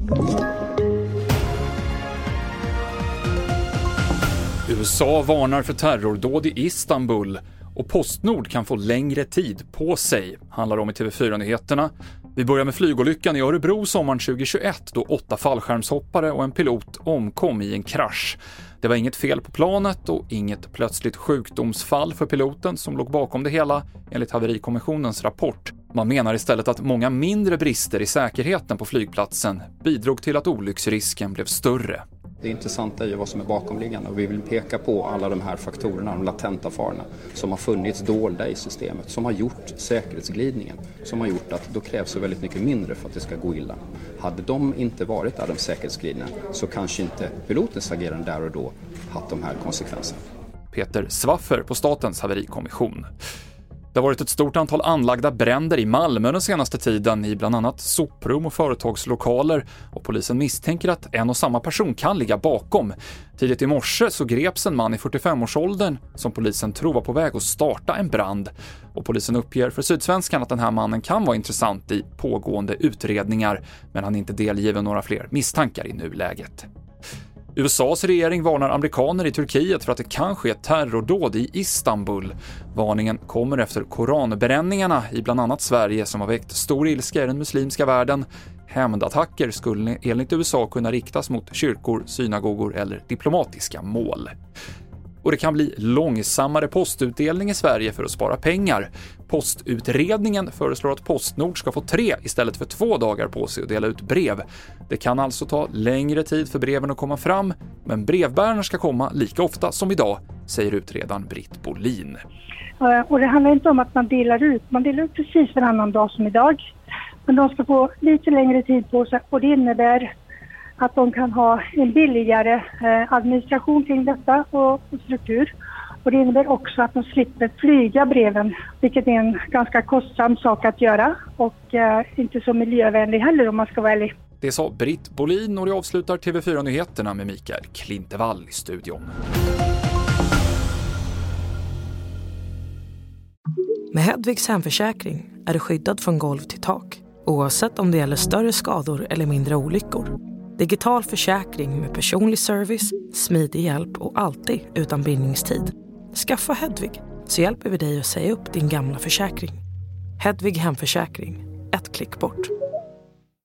USA varnar för terrordåd i Istanbul och Postnord kan få längre tid på sig, handlar om i TV4-nyheterna. Vi börjar med flygolyckan i Örebro sommaren 2021 då 8 fallskärmshoppare och en pilot omkom i en krasch. Det var inget fel på planet och inget plötsligt sjukdomsfall för piloten som låg bakom det hela, enligt haverikommissionens rapport. Man menar istället att många mindre brister i säkerheten på flygplatsen bidrog till att olycksrisken blev större. Det intressanta är ju vad som är bakomliggande och vi vill peka på alla de här faktorerna, de latenta farorna som har funnits dolda i systemet, som har gjort säkerhetsglidningen, som har gjort att då krävs det väldigt mycket mindre för att det ska gå illa. Hade de inte varit där, de säkerhetsglidningen, så kanske inte pilotens agerande där och då haft de här konsekvenserna. Peter Svaffer på Statens haverikommission. Det har varit ett stort antal anlagda bränder i Malmö den senaste tiden i bland annat soprum och företagslokaler och polisen misstänker att en och samma person kan ligga bakom. Tidigt i morse så greps en man i 45-årsåldern som polisen tror var på väg att starta en brand. Och polisen uppger för Sydsvenskan att den här mannen kan vara intressant i pågående utredningar men han är inte delgiven några fler misstankar i nuläget. USAs regering varnar amerikaner i Turkiet för att det kan ske terrordåd i Istanbul. Varningen kommer efter koranbränningarna i bland annat Sverige som har väckt stor ilska i den muslimska världen. Hämndattacker skulle enligt USA kunna riktas mot kyrkor, synagogor eller diplomatiska mål. Och det kan bli långsammare postutdelning i Sverige för att spara pengar. Postutredningen föreslår att Postnord ska få 3 istället för 2 dagar på sig att dela ut brev. Det kan alltså ta längre tid för breven att komma fram, men brevbärarna ska komma lika ofta som idag, säger utredaren Britt Bolin. Och det handlar inte om att man delar ut precis varannan dag som idag. Men de ska få lite längre tid på sig och det innebär att de kan ha en billigare administration kring detta och struktur. Och det innebär också att de slipper flyga breven, vilket är en ganska kostsam sak att göra och inte så miljövänlig heller om man ska vara ärlig. Det sa Britt Bolin och det avslutar TV4-nyheterna med Mikael Klintevall i studion. Med Hedvigs hemförsäkring är du skyddad från golv till tak, oavsett om det gäller större skador eller mindre olyckor. Digital försäkring med personlig service, smidig hjälp och alltid utan bindningstid. Skaffa Hedvig så hjälper vi dig att säga upp din gamla försäkring. Hedvig hemförsäkring, ett klick bort.